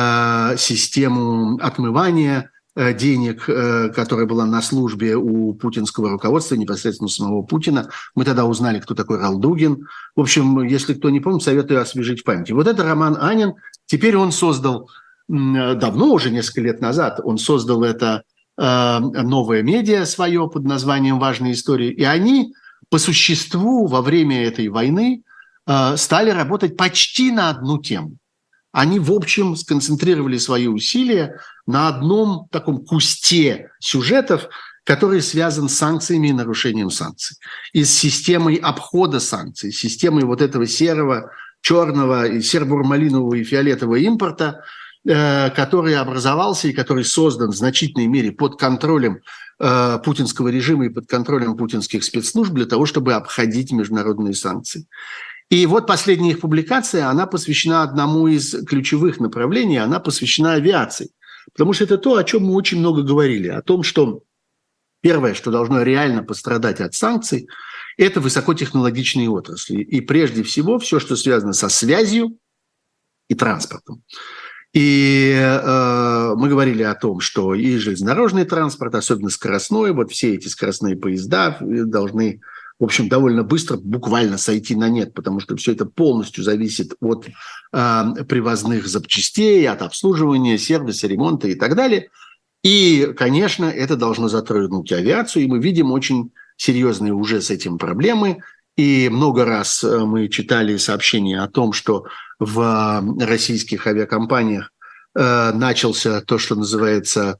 отмывания денег, которая была на службе у путинского руководства, непосредственно самого Путина. Мы тогда узнали, кто такой Ралдугин. В общем, если кто не помнит, советую освежить в памяти. Вот это Роман Анин. Теперь он создал, давно уже, несколько лет назад, он создал это новое медиа свое под названием «Важные истории». И они по существу во время этой войны стали работать почти на одну тему. Они, в общем, сконцентрировали свои усилия на одном таком кусте сюжетов, который связан с санкциями и нарушением санкций. И с системой обхода санкций, системой вот этого серого, черного, и серо-бурмалинового и фиолетового импорта, который образовался и который создан в значительной мере под контролем путинского режима и под контролем путинских спецслужб для того, чтобы обходить международные санкции. И вот последняя их публикация, она посвящена одному из ключевых направлений, она посвящена авиации. Потому что это то, о чем мы очень много говорили, о том, что первое, что должно реально пострадать от санкций, это высокотехнологичные отрасли. И прежде всего все, что связано со связью и транспортом. И мы говорили о том, что и железнодорожный транспорт, особенно скоростной, вот все эти скоростные поезда должны в общем, довольно быстро буквально сойти на нет, потому что все это полностью зависит от привозных запчастей, от обслуживания, сервиса, ремонта и так далее. И, конечно, это должно затронуть авиацию, и мы видим очень серьезные уже с этим проблемы. И много раз мы читали сообщения о том, что в российских авиакомпаниях начался то, что называется...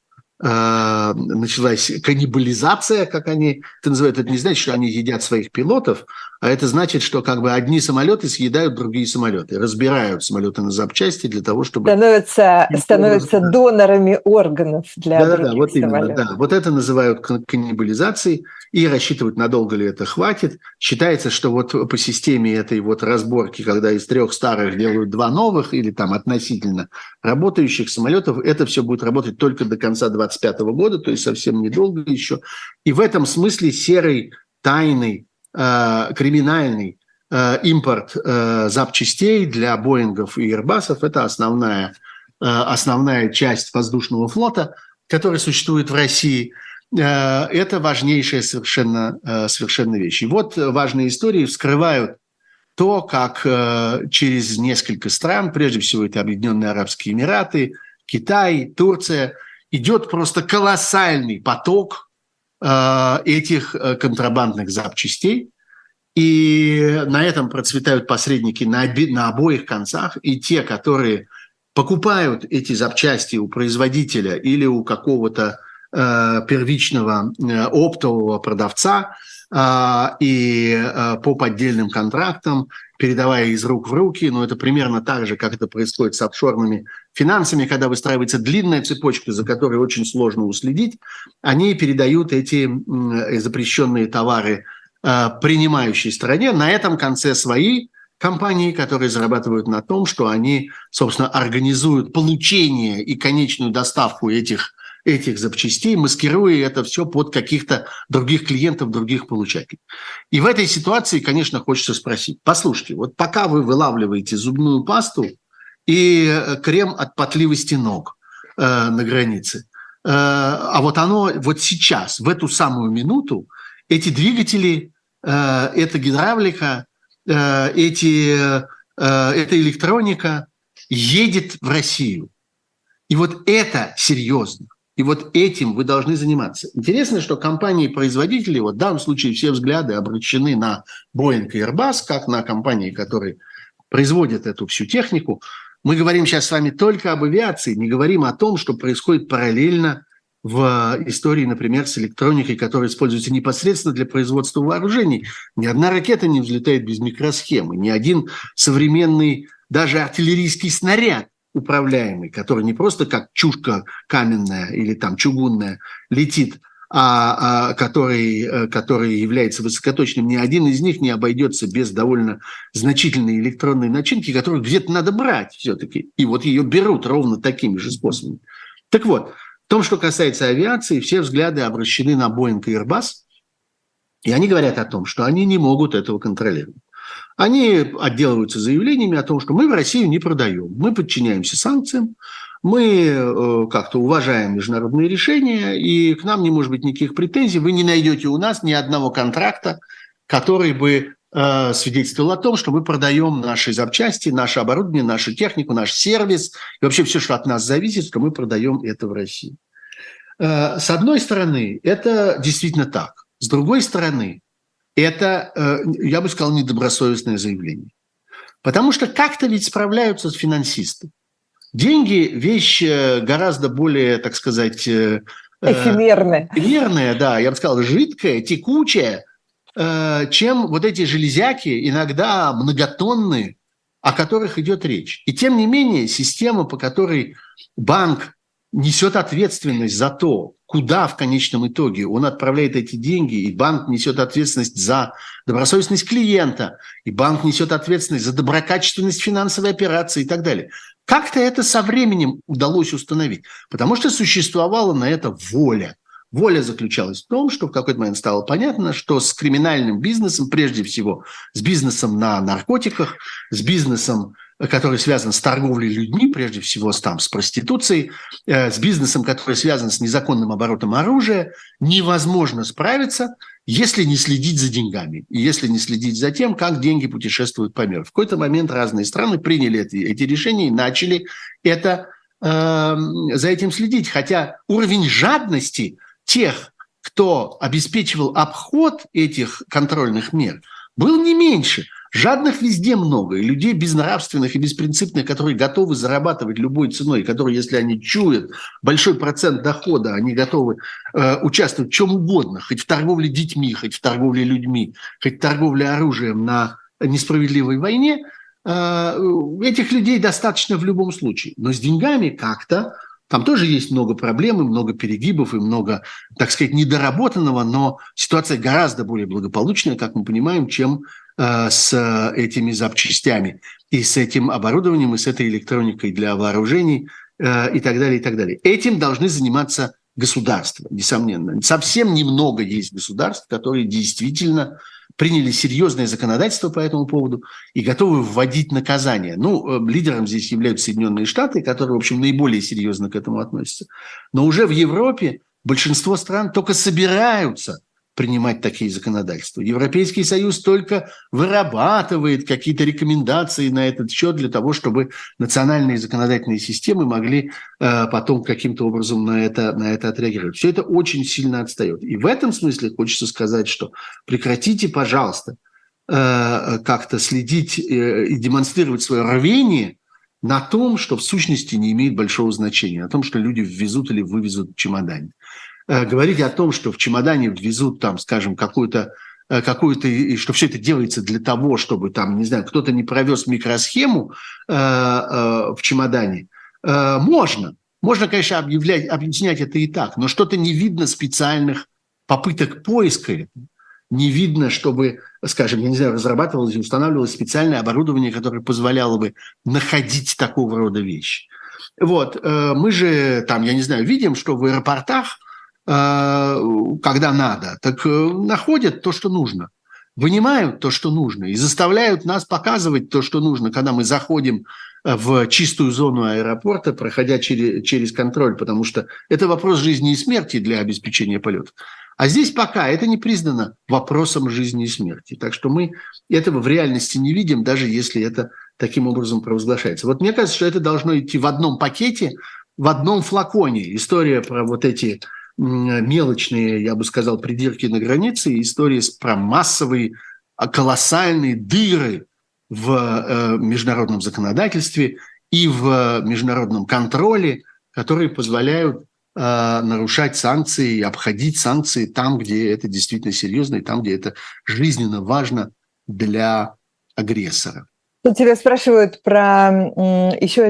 началась каннибализация, как они это называют. Это не значит, что они едят своих пилотов, а это значит, что как бы одни самолеты съедают другие самолеты, разбирают самолеты на запчасти для того, чтобы... Становятся донорами органов для других вот самолетов. Именно, да. Вот это называют каннибализацией, и рассчитывать, надолго ли это хватит. Считается, что вот по системе этой вот разборки, когда из 3 старых делают 2 новых или там относительно работающих самолетов, это все будет работать только до конца 2025 года, то есть совсем недолго еще. И в этом смысле серый, тайный, криминальный импорт запчастей для Боингов и Airbus'ов – это основная часть воздушного флота, который существует в России. Это важнейшая совершенно вещь. И вот важные истории вскрывают то, как через несколько стран, прежде всего это Объединенные Арабские Эмираты, Китай, Турция, идет просто колоссальный поток этих контрабандных запчастей. И на этом процветают посредники на обоих концах. И те, которые покупают эти запчасти у производителя или у какого-то первичного оптового продавца и по поддельным контрактам, передавая из рук в руки. Но это примерно так же, как это происходит с офшорными финансами, когда выстраивается длинная цепочка, за которой очень сложно уследить. Они передают эти запрещенные товары принимающей стороне. На этом конце свои компании, которые зарабатывают на том, что они, собственно, организуют получение и конечную доставку этих запчастей, маскируя это все под каких-то других клиентов, других получателей. И в этой ситуации, конечно, хочется спросить: послушайте, вот пока вы вылавливаете зубную пасту и крем от потливости ног на границе, а вот оно вот сейчас, в эту самую минуту, эти двигатели, эта гидравлика, эта электроника едет в Россию. И вот это серьезно. И вот этим вы должны заниматься. Интересно, что компании-производители, вот в данном случае все взгляды обращены на Boeing и Airbus, как на компании, которые производят эту всю технику. Мы говорим сейчас с вами только об авиации, не говорим о том, что происходит параллельно в истории, например, с электроникой, которая используется непосредственно для производства вооружений. Ни одна ракета не взлетает без микросхемы, ни один современный даже артиллерийский снаряд управляемый, который не просто как чушка каменная или там чугунная летит, а который является высокоточным, ни один из них не обойдется без довольно значительной электронной начинки, которую где-то надо брать все-таки. И вот ее берут ровно такими же способами. Так вот, в том, что касается авиации, все взгляды обращены на Boeing и Airbus, и они говорят о том, что они не могут этого контролировать. Они отделываются заявлениями о том, что мы в Россию не продаем, мы подчиняемся санкциям, мы как-то уважаем международные решения, и к нам не может быть никаких претензий. Вы не найдете у нас ни одного контракта, который бы свидетельствовал о том, что мы продаем наши запчасти, наше оборудование, нашу технику, наш сервис, и вообще все, что от нас зависит, что мы продаем это в России. С одной стороны, это действительно так. С другой стороны, это, я бы сказал, недобросовестное заявление. Потому что как-то ведь справляются финансисты. Деньги – вещь гораздо более, так сказать… эфемерная. Эфемерная, да, я бы сказал, жидкая, текучая, чем вот эти железяки, иногда многотонные, о которых идет речь. И тем не менее, система, по которой банк несет ответственность за то, куда в конечном итоге он отправляет эти деньги, и банк несет ответственность за добросовестность клиента, и банк несет ответственность за доброкачественность финансовой операции и так далее. Как-то это со временем удалось установить, потому что существовала на это воля. Воля заключалась в том, что в какой-то момент стало понятно, что с криминальным бизнесом, прежде всего с бизнесом на наркотиках, с бизнесом который связан с торговлей людьми, прежде всего с проституцией, с бизнесом, который связан с незаконным оборотом оружия, невозможно справиться, если не следить за деньгами, и если не следить за тем, как деньги путешествуют по миру. В какой-то момент разные страны приняли эти решения и начали за этим следить. Хотя уровень жадности тех, кто обеспечивал обход этих контрольных мер, был не меньше. Жадных везде много, и людей безнравственных и беспринципных, которые готовы зарабатывать любой ценой, которые, если они чуют большой процент дохода, они готовы участвовать в чем угодно, хоть в торговле детьми, хоть в торговле людьми, хоть в торговле оружием на несправедливой войне, этих людей достаточно в любом случае. Но с деньгами как-то там тоже есть много проблем, и много перегибов, и много, так сказать, недоработанного, но ситуация гораздо более благополучная, как мы понимаем, чем с этими запчастями, и с этим оборудованием, и с этой электроникой для вооружений, и так далее, и так далее. Этим должны заниматься государства, несомненно. Совсем немного есть государств, которые действительно приняли серьезное законодательство по этому поводу и готовы вводить наказания. Лидером здесь являются Соединенные Штаты, которые, в общем, наиболее серьезно к этому относятся. Но уже в Европе большинство стран только собираются принимать такие законодательства. Европейский Союз только вырабатывает какие-то рекомендации на этот счет для того, чтобы национальные законодательные системы могли потом каким-то образом на это отреагировать. Все это очень сильно отстает. И в этом смысле хочется сказать, что прекратите, пожалуйста, как-то следить и демонстрировать свое рвение на том, что в сущности не имеет большого значения, на том, что люди ввезут или вывезут в чемодане. Говорить о том, что в чемодане ввезут, там, скажем, какую-то, и что все это делается для того, чтобы, там, не знаю, кто-то не провез микросхему в чемодане, можно. Можно, конечно, объяснять это и так, но что-то не видно специальных попыток поиска этого. Не видно, чтобы, скажем, я не знаю, разрабатывалось и устанавливалось специальное оборудование, которое позволяло бы находить такого рода вещи. Вот, мы же там, я не знаю, видим, что в аэропортах, когда надо, так находят то, что нужно, вынимают то, что нужно, и заставляют нас показывать то, что нужно, когда мы заходим в чистую зону аэропорта, проходя через контроль, потому что это вопрос жизни и смерти для обеспечения полетов. А здесь пока это не признано вопросом жизни и смерти. Так что мы этого в реальности не видим, даже если это таким образом провозглашается. Вот мне кажется, что это должно идти в одном пакете, в одном флаконе. История про вот эти мелочные, я бы сказал, придирки на границе, и история про массовые, колоссальные дыры в международном законодательстве и в международном контроле, которые позволяют нарушать санкции и обходить санкции там, где это действительно серьезно, и там, где это жизненно важно для агрессора. Тут тебя спрашивают про еще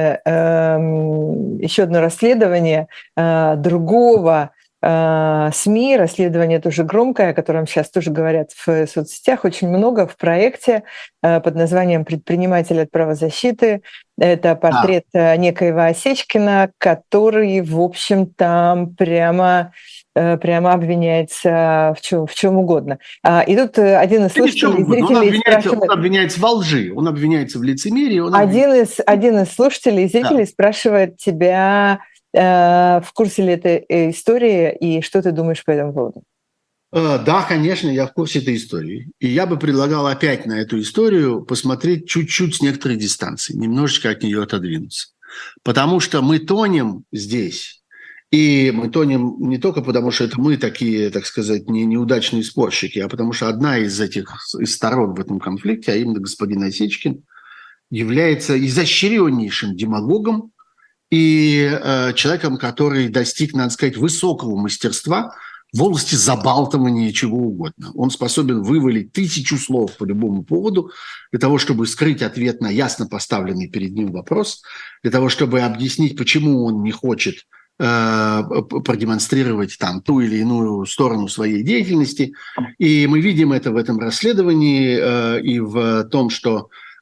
одно расследование другого СМИ, расследование тоже громкое, о котором сейчас тоже говорят в соцсетях очень много, в проекте под названием «Предприниматель от правозащиты». Это портрет некоего Осечкина, который, в общем, там прямо обвиняется в чем угодно. И тут один из слушателей, зрителей спрашивает... Он обвиняется во лжи, он обвиняется в лицемерии. Один из слушателей и зрителей спрашивает тебя, в курсе ли этой истории, и что ты думаешь по этому поводу? Да, конечно, я в курсе этой истории. И я бы предлагал опять на эту историю посмотреть чуть-чуть с некоторой дистанции, немножечко от нее отодвинуться. Потому что мы тонем здесь. И мы тонем не только потому, что это мы такие, так сказать, неудачные спорщики, а потому что одна из сторон в этом конфликте, а именно господин Осечкин, является изощреннейшим демагогом и человеком, который достиг, надо сказать, высокого мастерства в области забалтывания чего угодно. Он способен вывалить 1000 слов по любому поводу для того, чтобы скрыть ответ на ясно поставленный перед ним вопрос, для того, чтобы объяснить, почему он не хочет продемонстрировать там ту или иную сторону своей деятельности. И мы видим это в этом расследовании и в том, что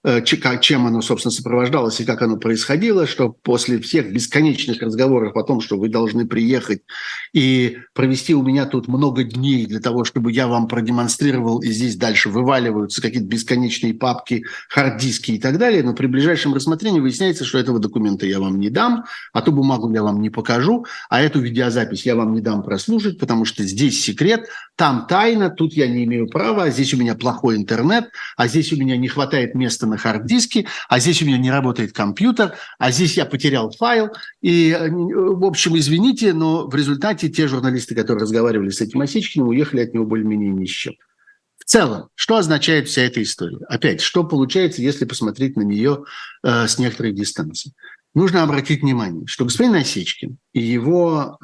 чем оно, собственно, сопровождалось и как оно происходило, что после всех бесконечных разговоров о том, что вы должны приехать и провести у меня тут много дней для того, чтобы я вам продемонстрировал, и здесь дальше вываливаются какие-то бесконечные папки, хард-диски и так далее, но при ближайшем рассмотрении выясняется, что этого документа я вам не дам, а ту бумагу я вам не покажу, а эту видеозапись я вам не дам прослушать, потому что здесь секрет, там тайна, тут я не имею права, а здесь у меня плохой интернет, а здесь у меня не хватает места на хард-диске, а здесь у меня не работает компьютер, а здесь я потерял файл. И, в общем, извините, но в результате те журналисты, которые разговаривали с этим Осечкиным, уехали от него более-менее ни с чем. В целом, что означает вся эта история? Опять, что получается, если посмотреть на нее с некоторой дистанции? Нужно обратить внимание, что господин Осечкин и его,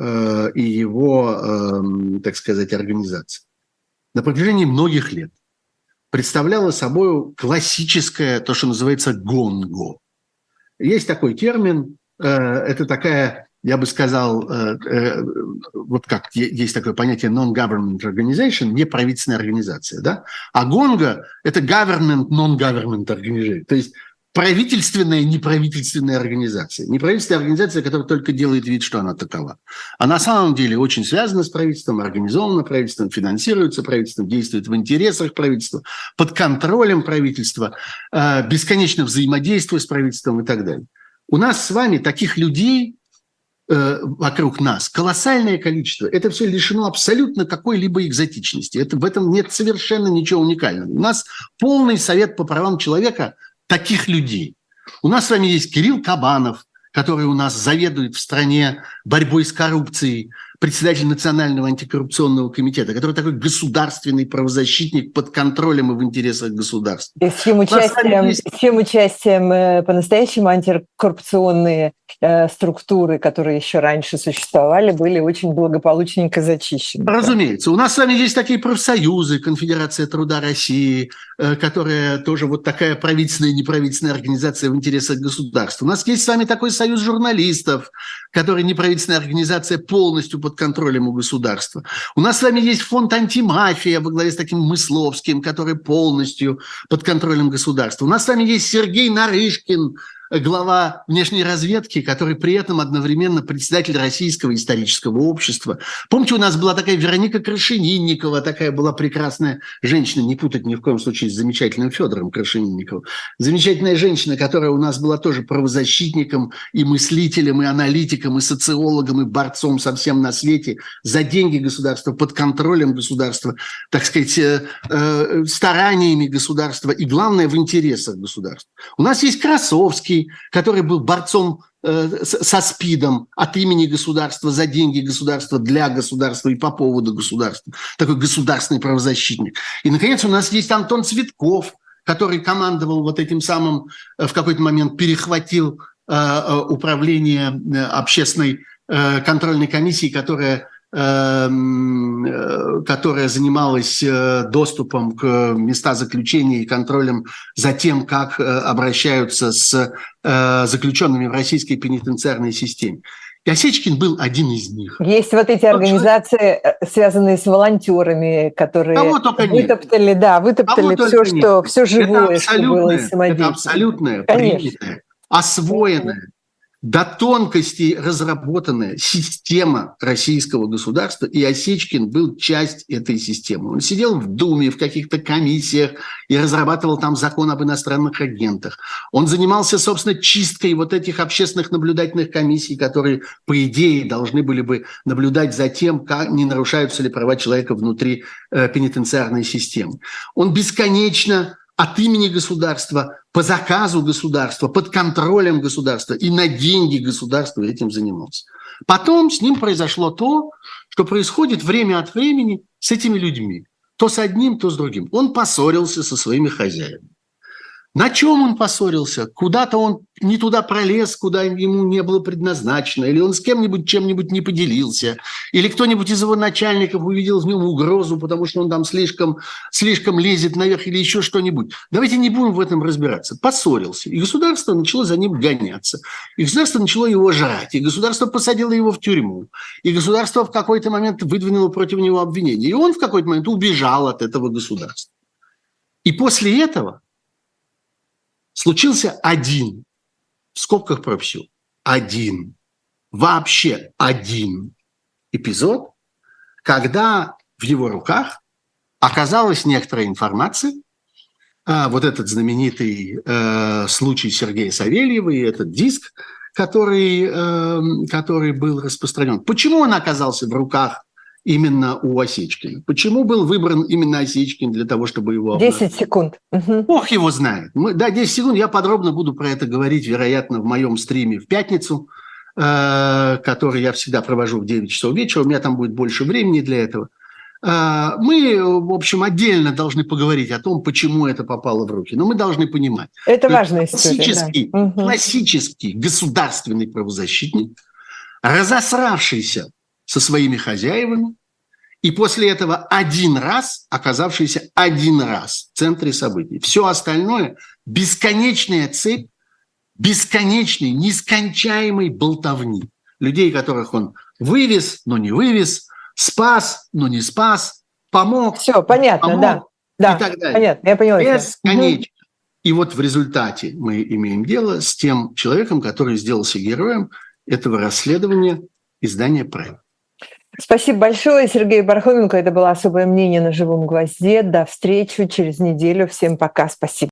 так сказать, организация на протяжении многих лет представляла собой классическое, то, что называется, гонго. Есть такой термин, это такая, я бы сказал, вот как есть такое понятие non-government organization, неправительственная организация, да? А гонго – это government non-government organization, то есть правительственная, неправительственная организация. Неправительственная организация, которая только делает вид, что она такова. А на самом деле очень связана с правительством, организована правительством, финансируется правительством, действует в интересах правительства, под контролем правительства, бесконечно взаимодействует с правительством и так далее. У нас с вами таких людей вокруг нас колоссальное количество. Это все лишено абсолютно какой-либо экзотичности. В этом нет совершенно ничего уникального. У нас полный совет по правам человека таких людей. У нас с вами есть Кирилл Кабанов, который у нас заведует в стране борьбой с коррупцией, председатель Национального антикоррупционного комитета, который такой государственный правозащитник под контролем и в интересах государства. И с чьим участием по-настоящему антикоррупционные структуры, которые еще раньше существовали, были очень благополучненько зачищены. Разумеется. У нас с вами есть такие профсоюзы, Конфедерация труда России, которая тоже вот такая правительственная и неправительственная организация в интересах государства. У нас есть с вами такой союз журналистов, который неправительственная организация полностью под контролем у государства. У нас с вами есть фонд антимафия во главе с таким Мысловским, который полностью под контролем государства. У нас с вами есть Сергей Нарышкин, глава внешней разведки, который при этом одновременно председатель Российского исторического общества. Помните, у нас была такая Вероника Крашенинникова, такая была прекрасная женщина, не путать ни в коем случае с замечательным Федором Крашенинниковым. Замечательная женщина, которая у нас была тоже правозащитником и мыслителем, и аналитиком, и социологом, и борцом со всем на свете за деньги государства, под контролем государства, так сказать, стараниями государства и, главное, в интересах государства. У нас есть Красовский, который был борцом со СПИДом от имени государства, за деньги государства, для государства и по поводу государства. Такой государственный правозащитник. И, наконец, у нас есть Антон Цветков, который командовал вот этим самым, в какой-то момент перехватил управление общественной контрольной комиссией, которая занималась доступом к местам заключения и контролем за тем, как обращаются с заключенными в российской пенитенциарной системе. И Осечкин был один из них. Есть вот эти организации, связанные с волонтерами, которые вытоптали все живое, что было самодеятельно. Это абсолютное, принятое, освоенное, до тонкости разработанная система российского государства, и Осечкин был часть этой системы. Он сидел в Думе, в каких-то комиссиях и разрабатывал там закон об иностранных агентах. Он занимался, собственно, чисткой вот этих общественных наблюдательных комиссий, которые, по идее, должны были бы наблюдать за тем, как не нарушаются ли права человека внутри пенитенциарной системы. Он бесконечно от имени государства, по заказу государства, под контролем государства и на деньги государства этим занимался. Потом с ним произошло то, что происходит время от времени с этими людьми. То с одним, то с другим. Он поссорился со своими хозяевами. На чем он поссорился? Куда-то он не туда пролез, куда ему не было предназначено, или он с кем-нибудь чем-нибудь не поделился, или кто-нибудь из его начальников увидел в нем угрозу, потому что он там слишком лезет наверх, или еще что-нибудь. Давайте не будем в этом разбираться. Поссорился. И государство начало за ним гоняться. И государство начало его жрать. И государство посадило его в тюрьму. И государство в какой-то момент выдвинуло против него обвинение. И он в какой-то момент убежал от этого государства. И после этого случился один, в скобках про все, один, вообще один эпизод, когда в его руках оказалась некоторая информация, вот этот знаменитый случай Сергея Савельева и этот диск, который был распространен. Почему он оказался в руках именно у Осечкина? Почему был выбран именно Осечкин для того, чтобы его... 10 секунд. Бог его знает. 10 секунд. Я подробно буду про это говорить, вероятно, в моем стриме в пятницу, который я всегда провожу в 9 часов вечера. У меня там будет больше времени для этого. Мы, в общем, отдельно должны поговорить о том, почему это попало в руки. Но мы должны понимать. Это важная история. Классический государственный правозащитник, разосравшийся со своими хозяевами, и после этого оказавшийся один раз в центре событий. Все остальное – бесконечная цепь, бесконечной, нескончаемой болтовни. Людей, которых он вывез, но не вывез, спас, но не спас, помог. Все, понятно, помог, да. И так далее. Понятно, я поняла. Бесконечно. И вот в результате мы имеем дело с тем человеком, который сделался героем этого расследования издания «Прайм». Спасибо большое, Сергей Пархоменко. Это было «Особое мнение» на «Живом гвозде». До встречи через неделю. Всем пока. Спасибо.